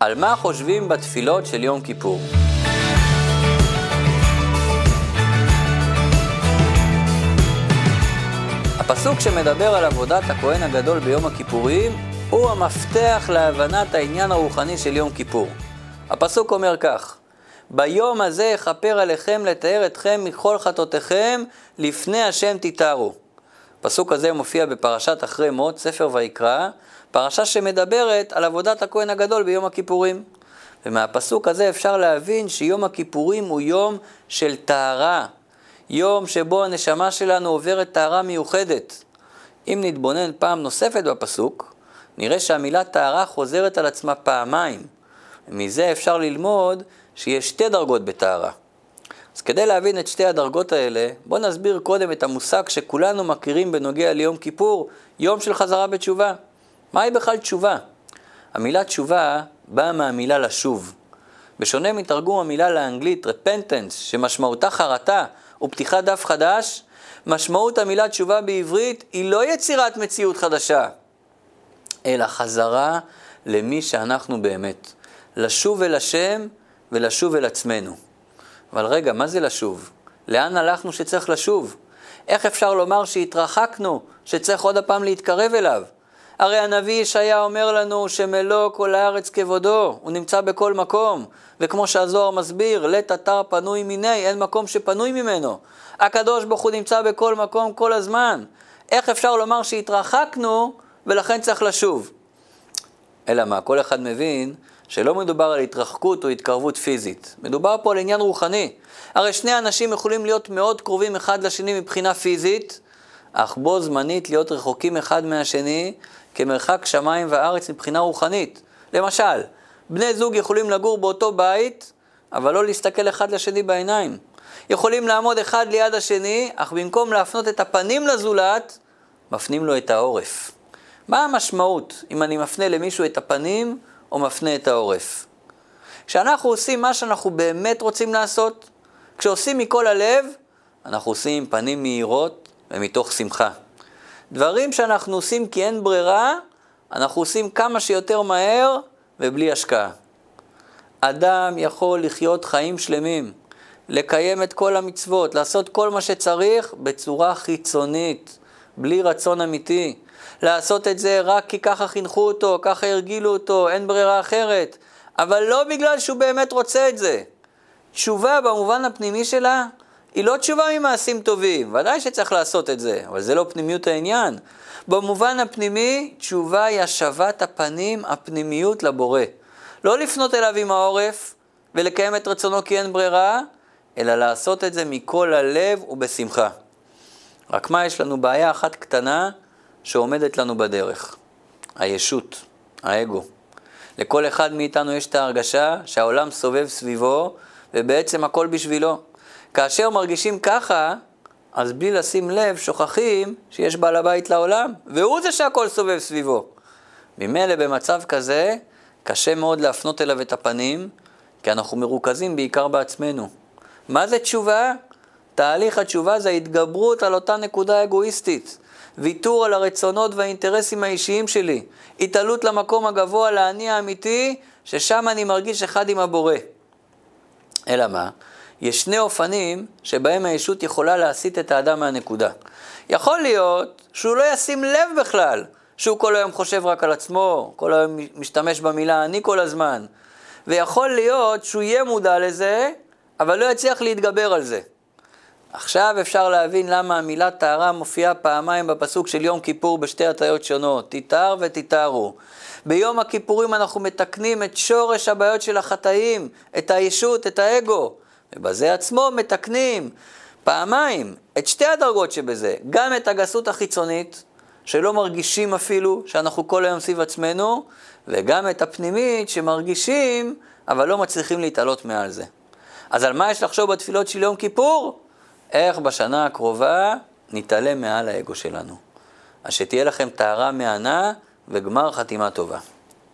על מה חושבים בתפילות של יום כיפור? הפסוק שמדבר על עבודת הכהן הגדול ביום הכיפורים הוא המפתח להבנת העניין הרוחני של יום כיפור. הפסוק אומר כך: ביום הזה יכפר עליכם לתאר אתכם מכל חטאותיכם, לפני השם תתארו. הפסוק הזה מופיע בפרשת אחרי מות, ספר ויקרא, פרשה שמדברת על עבודת הכהן הגדול ביום הכיפורים. ומהפסוק הזה אפשר להבין שיום הכיפורים הוא יום של טהרה, יום שבו הנשמה שלנו עוברת טהרה מיוחדת. אם נתבונן פעם נוספת בפסוק, נראה שהמילה טהרה חוזרת על עצמה פעמיים. ומזה אפשר ללמוד שיש שתי דרגות בטהרה. אז כדי להבין את שתי הדרגות האלה, בוא נסביר קודם את המושג שכולנו מכירים בנוגע ליום כיפור, יום של חזרה בתשובה. מהי בכלל תשובה? המילה תשובה באה מהמילה לשוב. בשונה מתרגום המילה לאנגלית repentance, שמשמעותה חרטה ופתיחת דף חדש, משמעות המילה תשובה בעברית היא לא יצירת מציאות חדשה, אלא חזרה למי שאנחנו באמת. לשוב אל השם ולשוב אל עצמנו. אבל רגע, מה זה לשוב? לאן הלכנו שצריך לשוב? איך אפשר לומר שהתרחקנו, שצריך עוד הפעם להתקרב אליו? הרי הנביא ישעיה אומר לנו שמלוא כל הארץ כבודו, הוא נמצא בכל מקום. וכמו שהזוהר מסביר, לית אתר פנוי מיני, אין מקום שפנוי ממנו. הקדוש ברוך הוא נמצא בכל מקום כל הזמן. איך אפשר לומר שהתרחקנו ולכן צריך לשוב? אלא מה, כל אחד מבין שלא מדובר על התרחקות או התקרבות פיזית. מדובר פה על עניין רוחני. הרי שני אנשים יכולים להיות מאוד קרובים אחד לשני מבחינה פיזית, אך בו זמנית להיות רחוקים אחד מהשני כמרחק שמיים וארץ מבחינה רוחנית. למשל, בני זוג יכולים לגור באותו בית, אבל לא להסתכל אחד לשני בעיניים. יכולים לעמוד אחד ליד השני, אך במקום להפנות את הפנים לזולת, מפנים לו את העורף. מה המשמעות אם אני מפנה למישהו את הפנים או מפנה את העורף? כשאנחנו עושים מה שאנחנו באמת רוצים לעשות, כשעושים מכל הלב, אנחנו עושים עם פנים מהירות ומתוך שמחה. דברים שאנחנו עושים כי אין ברירה, אנחנו עושים כמה שיותר מהר ובלי השקעה. אדם יכול לחיות חיים שלמים, לקיים את כל המצוות, לעשות כל מה שצריך בצורה חיצונית, בלי רצון אמיתי. לעשות את זה רק כי ככה חינכו אותו, ככה הרגילו אותו, אין ברירה אחרת. אבל לא בגלל שהוא באמת רוצה את זה. תשובה במובן הפנימי שלה היא לא תשובה ממעשים טובים. ודאי שצריך לעשות את זה, אבל זה לא פנימיות העניין. במובן הפנימי, תשובה היא השבת הפנים, הפנימיות לבורא. לא לפנות אליו עם העורף ולקיים את רצונו כי אין ברירה, אלא לעשות את זה מכל הלב ובשמחה. רק מה, יש לנו בעיה אחת קטנה שעומדת לנו בדרך. הישות, האגו. לכל אחד מאיתנו יש את ההרגשה שהעולם סובב סביבו ובעצם הכל בשבילו. כאשר מרגישים ככה, אז בלי לשים לב שוכחים שיש בעל הבית לעולם, והוא זה שהכל סובב סביבו. ממילא במצב כזה, קשה מאוד להפנות אליו את הפנים, כי אנחנו מרוכזים בעיקר בעצמנו. מה זה תשובה? תהליך התשובה זה ההתגברות על אותה נקודה אגואיסטית. ויתור על הרצונות והאינטרסים האישיים שלי. התעלות למקום הגבוה, לאני האמיתי, ששם אני מרגיש אחד עם הבורא. אלא מה? יש שני אופנים שבהם הישות יכולה להסיט את האדם מהנקודה. יכול להיות שהוא לא ישים לב בכלל, שהוא כל היום חושב רק על עצמו, כל היום משתמש במילה אני כל הזמן. ויכול להיות שהוא יהיה מודע לזה, אבל לא יצליח להתגבר על זה. עכשיו אפשר להבין למה המילה טהרה מופיעה פעמיים בפסוק של יום כיפור בשתי הטיות שונות, תתאר ותתארו. ביום הכיפורים אנחנו מתקנים את שורש הבעיות של החטאים, את הישות, את האגו. ובזה עצמו מתקנים פעמיים את שתי הדרגות שבזה, גם את הגסות החיצונית, שלא מרגישים אפילו שאנחנו כל היום סביב עצמנו, וגם את הפנימית שמרגישים, אבל לא מצליחים להתעלות מעל זה. אז על מה יש לחשוב בתפילות של יום כיפור? איך בשנה הקרובה נתעלה מעל האגו שלנו. אז שתהיה לכם טהרה מהנה וגמר חתימה טובה.